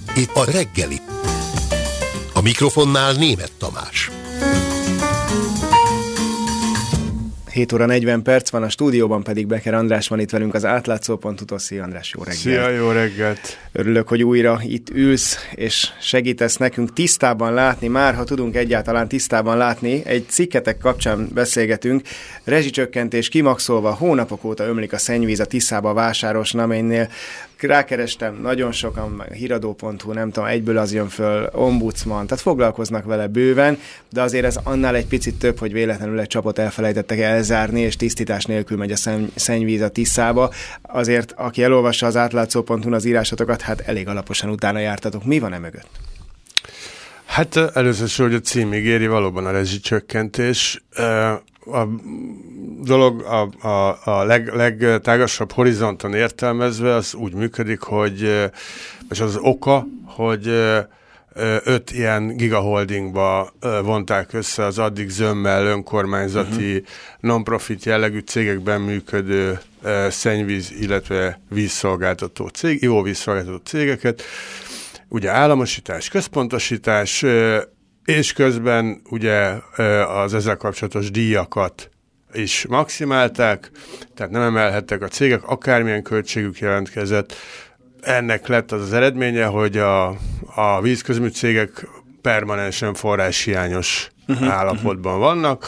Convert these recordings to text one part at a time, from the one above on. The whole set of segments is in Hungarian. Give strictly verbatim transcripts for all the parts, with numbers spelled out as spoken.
Itt a reggeli. A mikrofonnál Németh Tamás. hét óra negyven perc van, a stúdióban pedig Becker András van itt velünk az átlátszó pont hu-tól. Szia András, jó reggelt! Szia, jó reggelt! Örülök, hogy újra itt ülsz, és segítesz nekünk tisztában látni, már ha tudunk egyáltalán tisztában látni. Egy cikketek kapcsán beszélgetünk. Rezsicsökkentés kimaxolva, hónapok óta ömlik a szennyvíz a Tiszába, Vásáros Naménynél. Rákerestem, nagyon sokan, híradó pont hu, nem tudom, egyből az jön föl, ombudsman, tehát foglalkoznak vele bőven, de azért ez annál egy picit több, hogy véletlenül egy csapot elfelejtettek elzárni, és tisztítás nélkül megy a szennyvíz a Tiszába. Azért, aki elolvassa az átlátszó pont hu-n az írásotokat, hát elég alaposan utána jártatok. Mi van e mögött? Hát először is, hogy a cím ígéri, valóban a rezsicsökkentés. A dolog a, a, a leg, legtágasabb horizonton értelmezve az úgy működik, hogy, és az oka, hogy öt ilyen gigaholdingba vonták össze az addig zömmel önkormányzati uh-huh. non-profit jellegű cégekben működő szennyvíz, illetve vízszolgáltató cég, ivóvízszolgáltató cégeket. Ugye államosítás, központosítás, és közben ugye az ezzel kapcsolatos díjakat is maximálták, tehát nem emelhettek a cégek, akármilyen költségük jelentkezett. Ennek lett az az eredménye, hogy a, a vízközmű cégek permanensen forráshiányos uh-huh, állapotban uh-huh. vannak.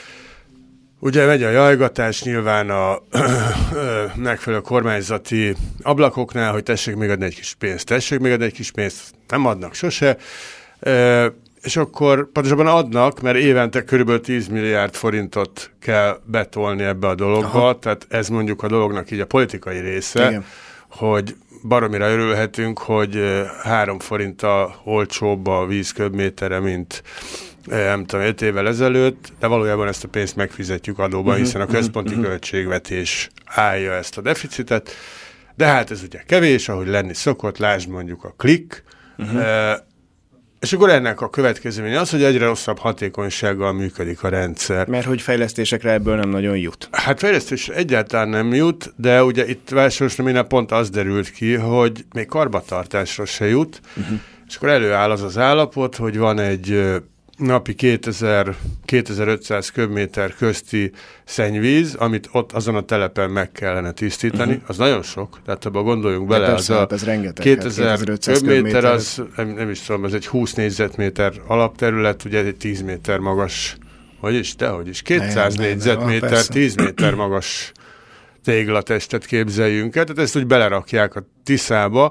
Ugye megy a jajgatás nyilván a megfelelő kormányzati ablakoknál, hogy tessék még adni egy kis pénzt, tessék még adni egy kis pénzt, nem adnak sose. És akkor pontosabban adnak, mert évente körülbelül tíz milliárd forintot kell betolni ebbe a dologba, aha. tehát ez mondjuk a dolognak így a politikai része, igen. hogy baromira örülhetünk, hogy három forinttal olcsóbb a víz köbméterre, mint nem tudom, öt évvel ezelőtt, de valójában ezt a pénzt megfizetjük adóban, uh-huh, hiszen a központi uh-huh. költségvetés állja ezt a deficitet, de hát ez ugye kevés, ahogy lenni szokott, lásd mondjuk a klik, uh-huh. e- és akkor ennek a következménye az, hogy egyre rosszabb hatékonysággal működik a rendszer. Mert hogy fejlesztésekre ebből nem nagyon jut. Hát fejlesztésre egyáltalán nem jut, de ugye itt Vásáros Naménynél pont az derült ki, hogy még karbantartásra se jut, uh-huh. és akkor előáll az az állapot, hogy van egy napi kétezer-kétezer-ötszáz köbméter közti szennyvíz, amit ott azon a telepen meg kellene tisztítani. Uh-huh. Az nagyon sok, tehát abban gondoljunk bele. Persze, az ez rengeteg. kétezer köbméter, az nem, nem is tudom, ez egy húsz négyzetméter alapterület, ugye egy tíz méter magas, hogy is, dehogy is, kétszáz négyzetméter, tíz méter magas téglatestet képzeljünk el, tehát ezt úgy belerakják a Tiszába,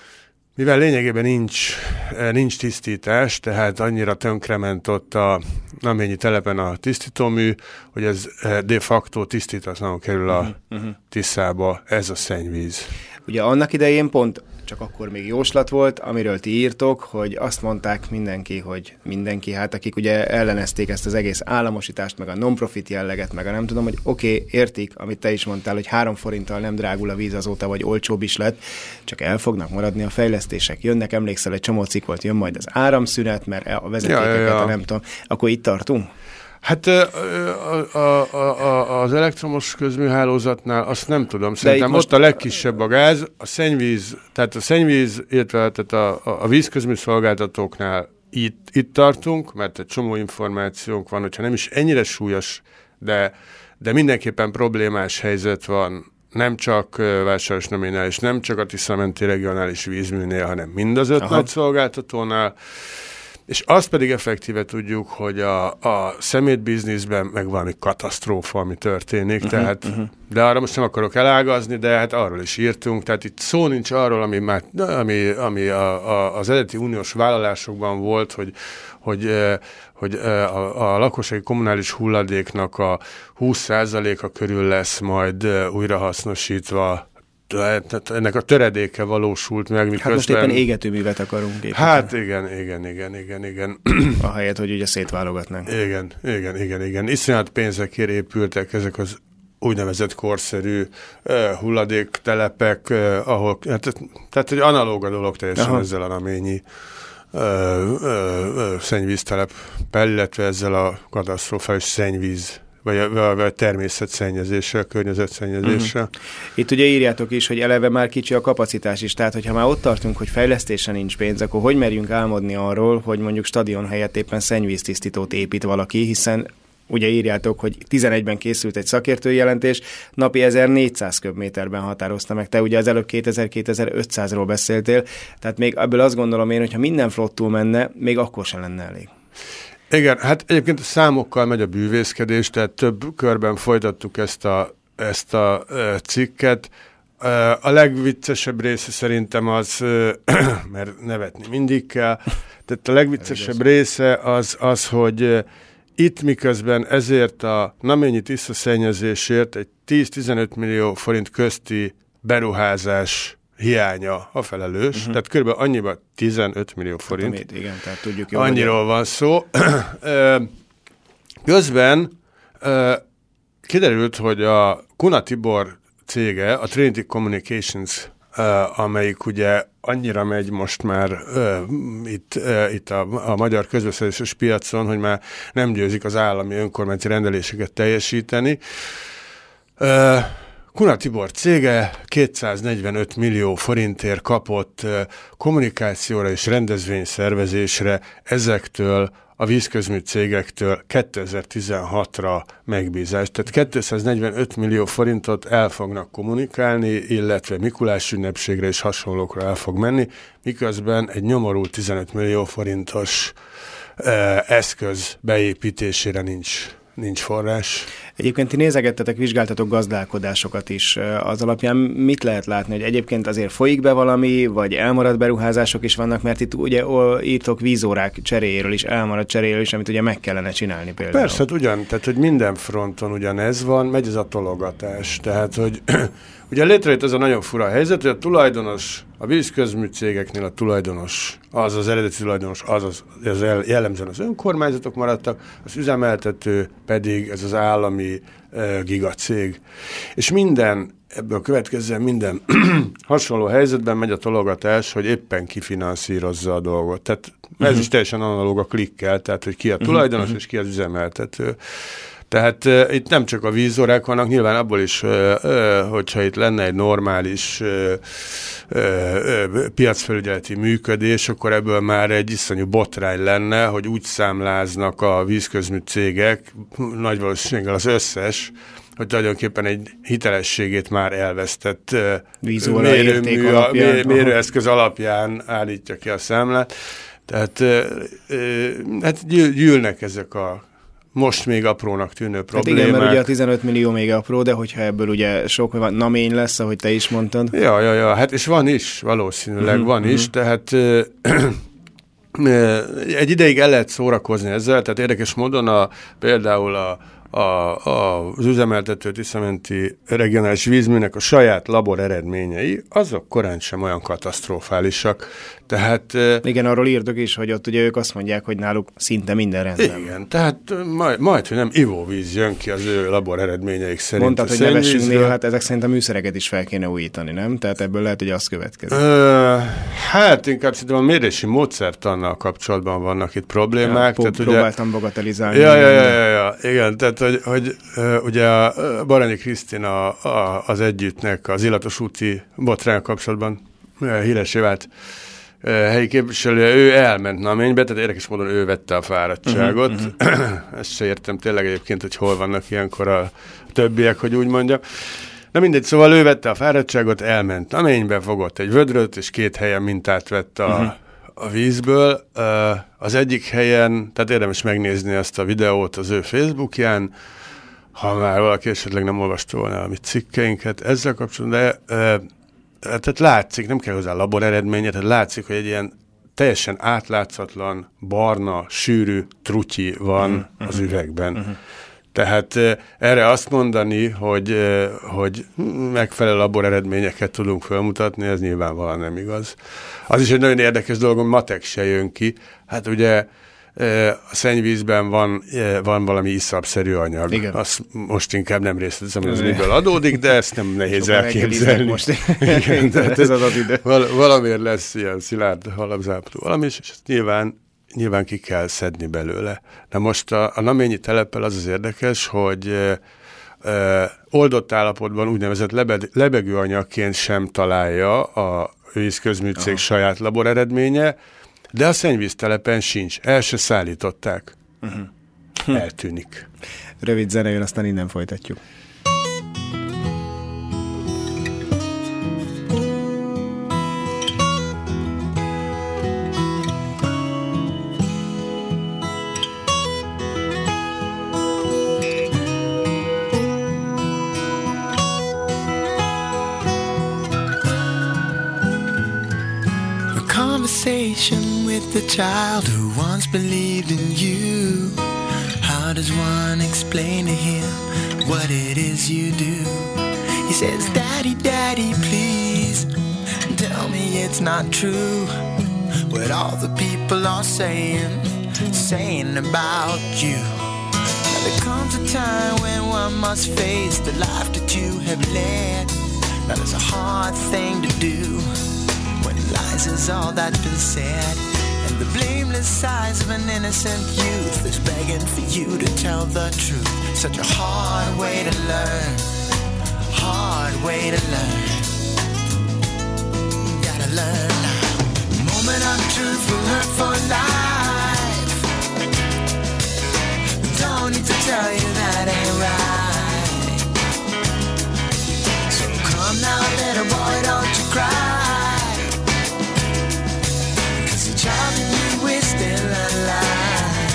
mivel lényegében nincs, nincs tisztítás, tehát annyira tönkrement ott a Naményi telepen a tisztítómű, hogy ez de facto tisztítatlanul kerül a uh-huh. Tiszába, ez a szennyvíz. Ugye annak idején pont csak akkor még jóslat volt, amiről ti írtok, hogy azt mondták mindenki, hogy mindenki, hát akik ugye ellenezték ezt az egész államosítást, meg a non-profit jelleget, meg a nem tudom, hogy oké, okay, értik, amit te is mondtál, hogy három forinttal nem drágul a víz azóta, vagy olcsóbb is lett, csak el fognak maradni a fejlesztések. Jönnek, emlékszel, egy csomó cikk volt, jön majd az áramszünet, mert a vezetékeket, ja, ja, ja. nem tudom. Akkor itt tartunk? Hát a, a, a, a, az elektromos közműhálózatnál azt nem tudom. Szerintem most a legkisebb a gáz, a szennyvíz, tehát a szennyvíz, illetve tehát a, a, a vízközmű szolgáltatóknál itt, itt tartunk, mert egy csomó információnk van, hogyha nem is ennyire súlyos, de, de mindenképpen problémás helyzet van, nem csak Vásáros Naménynél, és nem csak a Tisza-menti regionális vízműnél, hanem mind az öt Aha. nagy szolgáltatónál. És azt pedig effektíve tudjuk, hogy a, a szemétbizniszben meg valami katasztrófa, ami történik, uh-huh, tehát, uh-huh. de arra most nem akarok elágazni, de hát arról is írtunk, tehát itt szó nincs arról, ami, már, ami, ami a, a, az eredeti uniós vállalásokban volt, hogy, hogy, hogy a, a lakossági kommunális hulladéknak a húsz százaléka körül lesz majd újrahasznosítva. Tehát ennek a töredéke valósult meg. Miközben... Hát most éppen égetőművet akarunk építeni. Hát igen, igen, igen, igen, igen. Ahelyett, hogy ugye szétválogatnánk. Igen, igen, igen, igen. Iszonyat pénzekért épültek ezek az úgynevezett korszerű uh, hulladéktelepek, uh, ahol, hát, tehát egy analóg a dolog teljesen Aha. ezzel a naményi uh, uh, uh, szennyvízteleppel, illetve ezzel a katasztrofális szennyvíz vagy a, vagy a természetszennyezéssel, a környezetszennyezéssel. Uh-huh. Itt ugye írjátok is, hogy eleve már kicsi a kapacitás is, tehát hogyha már ott tartunk, hogy fejlesztésre nincs pénz, akkor hogy merjünk álmodni arról, hogy mondjuk stadion helyett éppen szennyvíztisztítót épít valaki, hiszen ugye írjátok, hogy tizenegyben készült egy szakértői jelentés, napi ezernégyszáz köbméterben határozta meg. Te ugye az előbb kétezer-kétezer-ötszázról beszéltél, tehát még ebből azt gondolom én, hogyha minden flottul menne, még akkor sem lenne elég. Igen, hát egyébként a számokkal megy a bűvészkedés, tehát több körben folytattuk ezt a, ezt a e, cikket. E, a legviccesebb része szerintem az, e, mert nevetni mindig kell, tehát a legviccesebb része az, az hogy e, itt miközben ezért a naményi tisztaszennyezésért egy tíz-tizenöt millió forint közti beruházás hiánya a felelős, uh-huh. tehát körülbelül annyiban tizenöt millió forint. Hát, igen, tehát tudjuk jól. Annyiról van szó. Közben kiderült, hogy a Kuna Tibor cége, a Trinity Communications, amelyik ugye annyira megy most már uh, itt, uh, itt a, a magyar közbeszerzéses piacon, hogy már nem győzik az állami önkormányzati rendeléseket teljesíteni. Uh, Kuna Tibor cége kétszáznegyvenöt millió forintért kapott uh, kommunikációra és rendezvényszervezésre ezektől a vízközmű cégektől kétezer-tizenhatra megbízást. Tehát kétszáznegyvenöt millió forintot el fognak kommunikálni, illetve Mikulás ünnepségre és hasonlókra el fog menni, miközben egy nyomorult tizenöt millió forintos eh, eszköz beépítésére nincs, nincs forrás. Egyébként ti nézegettetek, vizsgáltatok gazdálkodásokat is. Az alapján mit lehet látni, hogy egyébként azért folyik be valami, vagy elmaradt beruházások is vannak, mert itt ugye írtok vízórák cseréjéről is, elmaradt cseréjéről is, amit ugye meg kellene csinálni például. Persze, hát ugyan, tehát hogy minden fronton ugyanez van, megy ez a tologatás. Tehát, hogy ugye létrejött ez a nagyon fura helyzet, hogy a tulajdonos, a vízközmű cégeknél a tulajdonos, az az eredeti tulajdonos, az, az, az jellemzően az önkormányzatok maradtak, az üzemeltető pedig ez az állami uh, gigacég. És minden, ebből következően minden hasonló helyzetben megy a tologatás, hogy éppen kifinanszírozza a dolgot. Tehát uh-huh. ez is teljesen analóg a klikkel, tehát hogy ki a tulajdonos uh-huh. és ki az üzemeltető. Tehát uh, itt nem csak a vízórák vannak, nyilván abból is, uh, uh, hogyha itt lenne egy normális uh, uh, uh, piacfelügyeleti működés, akkor ebből már egy iszonyú botrány lenne, hogy úgy számláznak a vízközmű cégek, nagy valószínűséggel az összes, hogy tulajdonképpen egy hitelességét már elvesztett uh, mérőmű, alapján, mér, mérőeszköz alapján állítja ki a számlát. Tehát uh, uh, hát gyűlnek ezek a most még aprónak tűnő problémák. Hát igen, mert ugye a tizenöt millió még apró, de hogyha ebből ugye sok namény lesz, ahogy te is mondtad. Ja, ja, ja, hát és van is, valószínűleg uh-huh, van uh-huh. is, tehát egy ideig el lehet szórakozni ezzel, tehát érdekes módon a, például a A, a, az üzemeltető Tiszamenti regionális vízműnek a saját labor eredményei, azok korán sem olyan katasztrofálisak. Tehát, igen, arról írtok is, hogy ott ugye ők azt mondják, hogy náluk szinte minden rendben. Igen, tehát majd, majd hogy nem ivóvíz jön ki az ő labor eredményeik szerint. Mondtad, hogy nevessünk néha, hát ezek szerint a műszereket is fel kéne újítani, nem? Tehát ebből lehet, hogy az következik. Ö, hát inkább szerintem a mérési módszertannal kapcsolatban vannak itt problémák. Ja, tehát, próbáltam ugye, bagatelizálni. Ja, ja, ja, ja, ja, igen, tehát hogy, hogy ugye a Baranyi Krisztina az Együttnek az illatos úti botrány kapcsolatban híresé vált helyi képviselője, ő elment Naménybe, tehát érdekes módon ő vette a fáradtságot. Uh-huh, uh-huh. Ezt se értem tényleg egyébként, hogy hol vannak ilyenkor a többiek, hogy úgy mondjam. Na mindegy, szóval ő vette a fáradtságot, elment Naménybe, fogott egy vödröt, és két helyen mintát vett a, uh-huh. a vízből. Az egyik helyen, tehát érdemes megnézni ezt a videót az ő Facebookján, ha már valaki esetleg nem olvasta volna a mi cikkeinket ezzel kapcsolatban, de tehát látszik, nem kell hozzá labor eredménye, tehát látszik, hogy egy ilyen teljesen átlátszatlan, barna, sűrű trutyi van uh-huh. az üvegben. Uh-huh. Tehát uh, erre azt mondani, hogy, uh, hogy megfelelő labor eredményeket tudunk felmutatni, ez nyilvánvalóan nem igaz. Az is egy nagyon érdekes dolog, hogy matek se jön ki. Hát ugye a szennyvízben van, van valami iszapszerű anyag. Igen. Azt most inkább nem részletezem, hogy az miből adódik, de ezt nem nehéz Sokan elképzelni. Most. Igen, tehát ez az az ide. Val- valamiért lesz ilyen szilárd halabzáptó valami, és ezt nyilván nyilván ki kell szedni belőle. Na most a, a naményi teleppel az az érdekes, hogy e, e, oldott állapotban úgynevezett lebed, lebegőanyagként sem találja a vízközműcég saját labor eredménye, de a szennyvíztelepen sincs. El se szállították. Uh-huh. Eltűnik. Rövid zene jön, aztán innen folytatjuk. Conversation with the child who once believed in you. How does one explain to him what it is you do? He says, Daddy, Daddy, please tell me it's not true what all the people are saying, saying about you. Now there comes a time when one must face the life that you have led. Now that's a hard thing to do. Lies is all that's been said, and the blameless eyes of an innocent youth is begging for you to tell the truth. Such a hard way to learn, hard way to learn. Gotta learn now. Moment of truth will hurt for life. Don't need to tell you that ain't right. So come now, little boy, don't you cry. Child in you is still alive.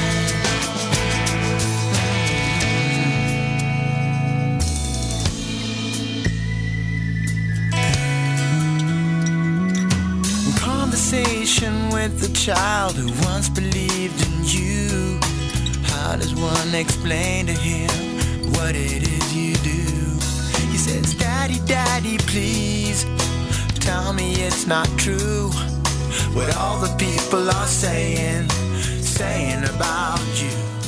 Conversation with the child who once believed in you. How does one explain to him what it is you do? He says, Daddy, Daddy, please tell me it's not true what all the people are saying, saying about you.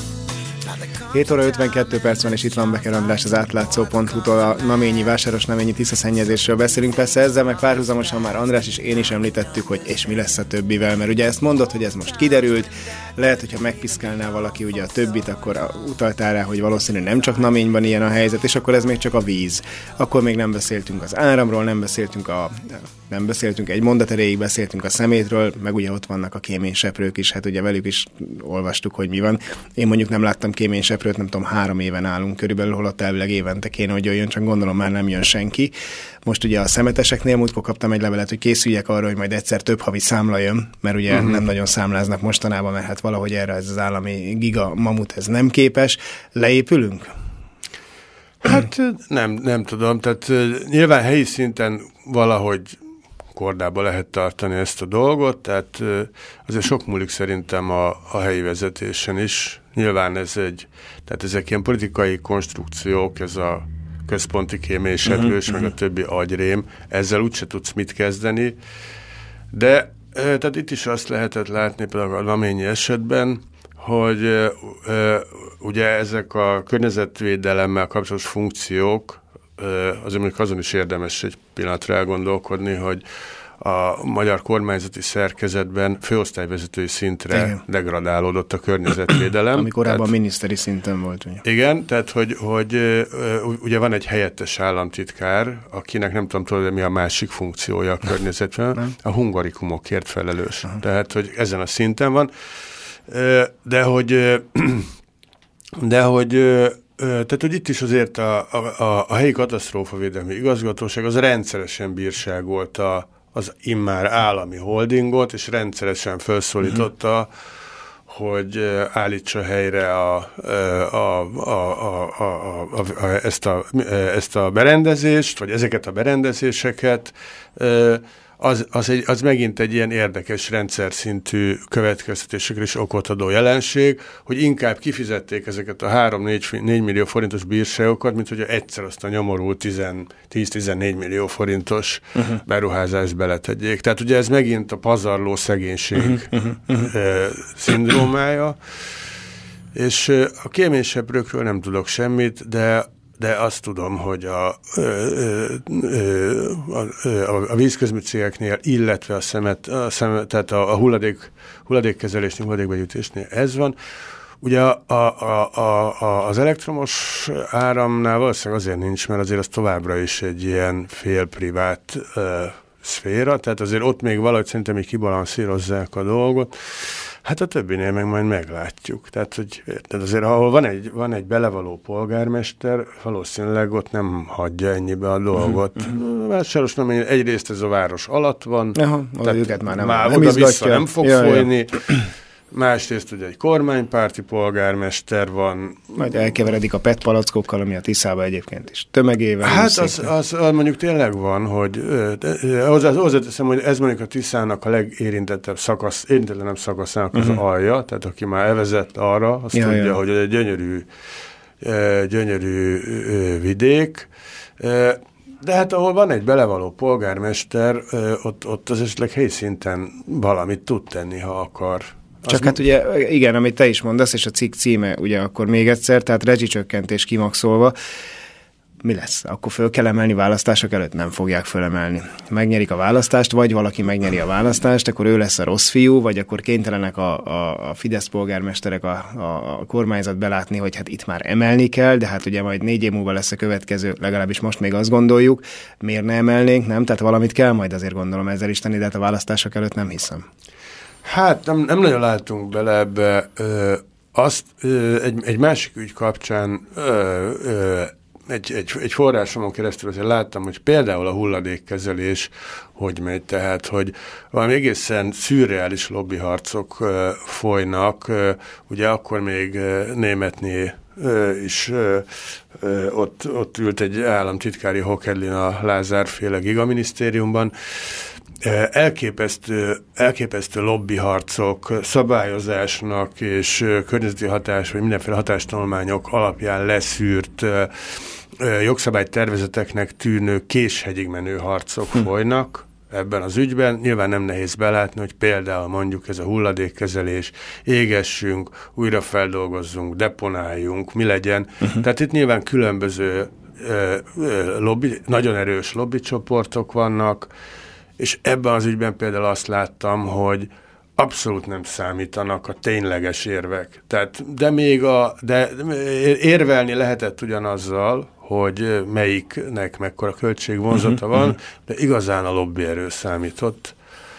hét óra ötvenkettő perc van, és itt van Becker András az átlátszó pont hu-tól. A naményi, vásáros naményi tisztaszennyezésről beszélünk. Persze ezzel meg párhuzamosan már András és én is említettük, hogy és mi lesz a többivel, mert ugye ezt mondod, hogy ez most kiderült. Lehet, hogyha megpiszkálná valaki ugye a többit, akkor utaltál rá, hogy valószínű nem csak naményban ilyen a helyzet, és akkor ez még csak a víz. Akkor még nem beszéltünk az áramról, nem beszéltünk a nem beszéltünk, egy mondat erejéig beszéltünk a szemétről, meg ugye ott vannak a kéményseprők is, hát ugye velük is olvastuk, hogy mi van. Én mondjuk nem láttam kéményseprőt, nem tudom, három éven állunk körülbelül, holott elvileg évente kéne, hogy jöjjön, csak gondolom már nem jön senki. Most ugye a szemeteseknél múltkor kaptam egy levelet, hogy készüljek arra, hogy majd egyszer több havi számla jön, mert ugye uh-huh. nem nagyon számláznak mostanában, mert hát valahogy erre ez az állami giga mamut ez nem képes. Leépülünk? Hát nem, nem tudom, tehát nyilván helyi szinten valahogy kordába lehet tartani ezt a dolgot, tehát azért sok múlik szerintem a, a helyi vezetésen is. Nyilván ez egy, tehát ezek ilyen politikai konstrukciók, ez a központi kéményseprős, uh-huh, meg a többi agyrém, ezzel úgyse tudsz mit kezdeni, de tehát itt is azt lehetett látni például a naményi esetben, hogy ugye ezek a környezetvédelemmel kapcsolatos funkciók, azért mondjuk azon is érdemes egy pillanatra elgondolkodni, hogy a magyar kormányzati szerkezetben főosztályvezetői szintre igen. degradálódott a környezetvédelem. Ami korábban tehát, miniszteri szinten volt. Ugye. Igen, tehát hogy, hogy ugye van egy helyettes államtitkár, akinek nem tudom tudod, mi a másik funkciója a környezetben, a hungarikumokért felelős. Uh-huh. Tehát, hogy ezen a szinten van. De hogy de hogy tehát, hogy itt is azért a, a, a helyi katasztrófavédelmi igazgatóság az rendszeresen bírságolta az immár állami holdingot, és rendszeresen felszólította, uh-huh. hogy állítsa helyre a, a, a, a, a, a, a, ezt, a, ezt a berendezést, vagy ezeket a berendezéseket. Az, az, egy, az megint egy ilyen érdekes rendszer szintű következtetésekre is okot adó jelenség, hogy inkább kifizették ezeket a három-négy millió forintos bírságokat, mint hogy egyszer azt a nyomorult tíz-tizennégy millió forintos uh-huh. beruházást beletegyék. Tehát ugye ez megint a pazarló szegénység uh-huh. uh-huh. szindrómája, és a kéményseprőkről nem tudok semmit, de de azt tudom, hogy a, a, a, a vízközmű cégeknél, illetve a szemet, a szemet tehát a, a hulladék, hulladékkezelésnél, hulladékbegyűjtésnél ez van. Ugye a, a, a, a, az elektromos áramnál valószínűleg azért nincs, mert azért az továbbra is egy ilyen félprivát uh, szféra, tehát azért ott még valahogy szerintem így kibalanszírozzák a dolgot. Hát a többinél meg majd meglátjuk. Tehát, hogy érted, azért ahol van egy, van egy belevaló polgármester, valószínűleg ott nem hagyja ennyibe a dolgot. Uh-huh. Vásárosnamény egyrészt ez a város alatt van, Aha, tehát őket már nem, már nem oda-vissza nem fog ja, folyni. Ja. Másrészt ugye egy kormánypárti polgármester van. Majd elkeveredik a pet palackokkal, ami a Tiszában egyébként is tömegével. Hát az, az, az mondjuk tényleg van, hogy hozzáteszem, hogy ez mondjuk a Tiszának a legérintettebb szakasz, érintetlenebb szakaszának az uh-huh. alja, tehát aki már elvezett arra, azt ja, tudja, ja. hogy egy gyönyörű, gyönyörű vidék. De hát ahol van egy belevaló polgármester, ott, ott az esetleg helyszinten valamit tud tenni, ha akar. Csak hát ugye, igen, amit te is mondasz, és a cikk címe ugye akkor még egyszer, tehát rezsicsökkentés kimaxolva, mi lesz? Akkor föl kell emelni választások előtt? Nem fogják fölemelni. Megnyerik a választást, vagy valaki megnyeri a választást, akkor ő lesz a rossz fiú, vagy akkor kénytelenek a, a, a Fidesz polgármesterek, a, a, a kormányzat belátni, hogy hát itt már emelni kell, de hát ugye majd négy év múlva lesz a következő, legalábbis most még azt gondoljuk, miért ne emelnénk, nem? Tehát valamit kell majd azért gondolom ezzel is tenni, de hát a választások előtt nem hiszem. Hát nem, nem nagyon látunk bele ebbe. Ö, azt ö, egy, egy másik ügy kapcsán ö, ö, egy, egy, egy forrásomon keresztül azért láttam, hogy például a hulladékkezelés hogy megy, tehát, hogy valami egészen szürreális lobbyharcok ö, folynak. Ö, ugye akkor még ö, Németné ö, is ö, ö, ott, ott ült egy államtitkári Hokedlin a Lázár-féle gigaminisztériumban. Elképesztő, elképesztő lobbyharcok, szabályozásnak és környezeti hatás, vagy mindenféle hatástanulmányok alapján leszűrt jogszabálytervezeteknek tűnő késhegyig menő harcok hm. folynak ebben az ügyben. Nyilván nem nehéz belátni, hogy például mondjuk ez a hulladékkezelés, égessünk, újra feldolgozzunk, deponáljunk, mi legyen. Uh-huh. Tehát itt nyilván különböző ö, ö, lobby, nagyon erős lobbycsoportok vannak, és ebben az ügyben például azt láttam, hogy abszolút nem számítanak a tényleges érvek. Tehát, de még a, de érvelni lehetett ugyanazzal, hogy melyiknek mekkora költségvonzata uh-huh, van, uh-huh. de igazán a lobbyerő számított,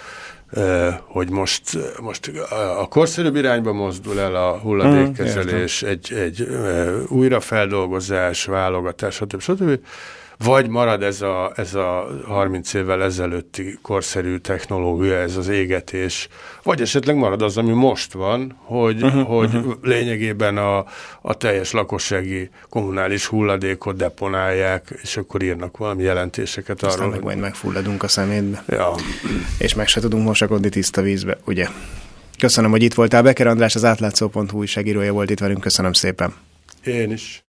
hogy most, most a korszerűbb irányba mozdul el a hulladékkezelés, uh-huh, egy, egy újrafeldolgozás, válogatás, stb. stb. Vagy marad ez a, ez a harminc évvel ezelőtti korszerű technológia, ez az égetés, vagy esetleg marad az, ami most van, hogy, uh-huh, hogy uh-huh. lényegében a, a teljes lakossági kommunális hulladékot deponálják, és akkor írnak valami jelentéseket arról. Aztán meg majd megfulladunk a szemétbe. Ja. És meg se tudunk mosakodni tiszta vízbe, ugye? Köszönöm, hogy itt voltál. Becker András, az átlátszó pont hu újságírója volt itt velünk. Köszönöm szépen. Én is.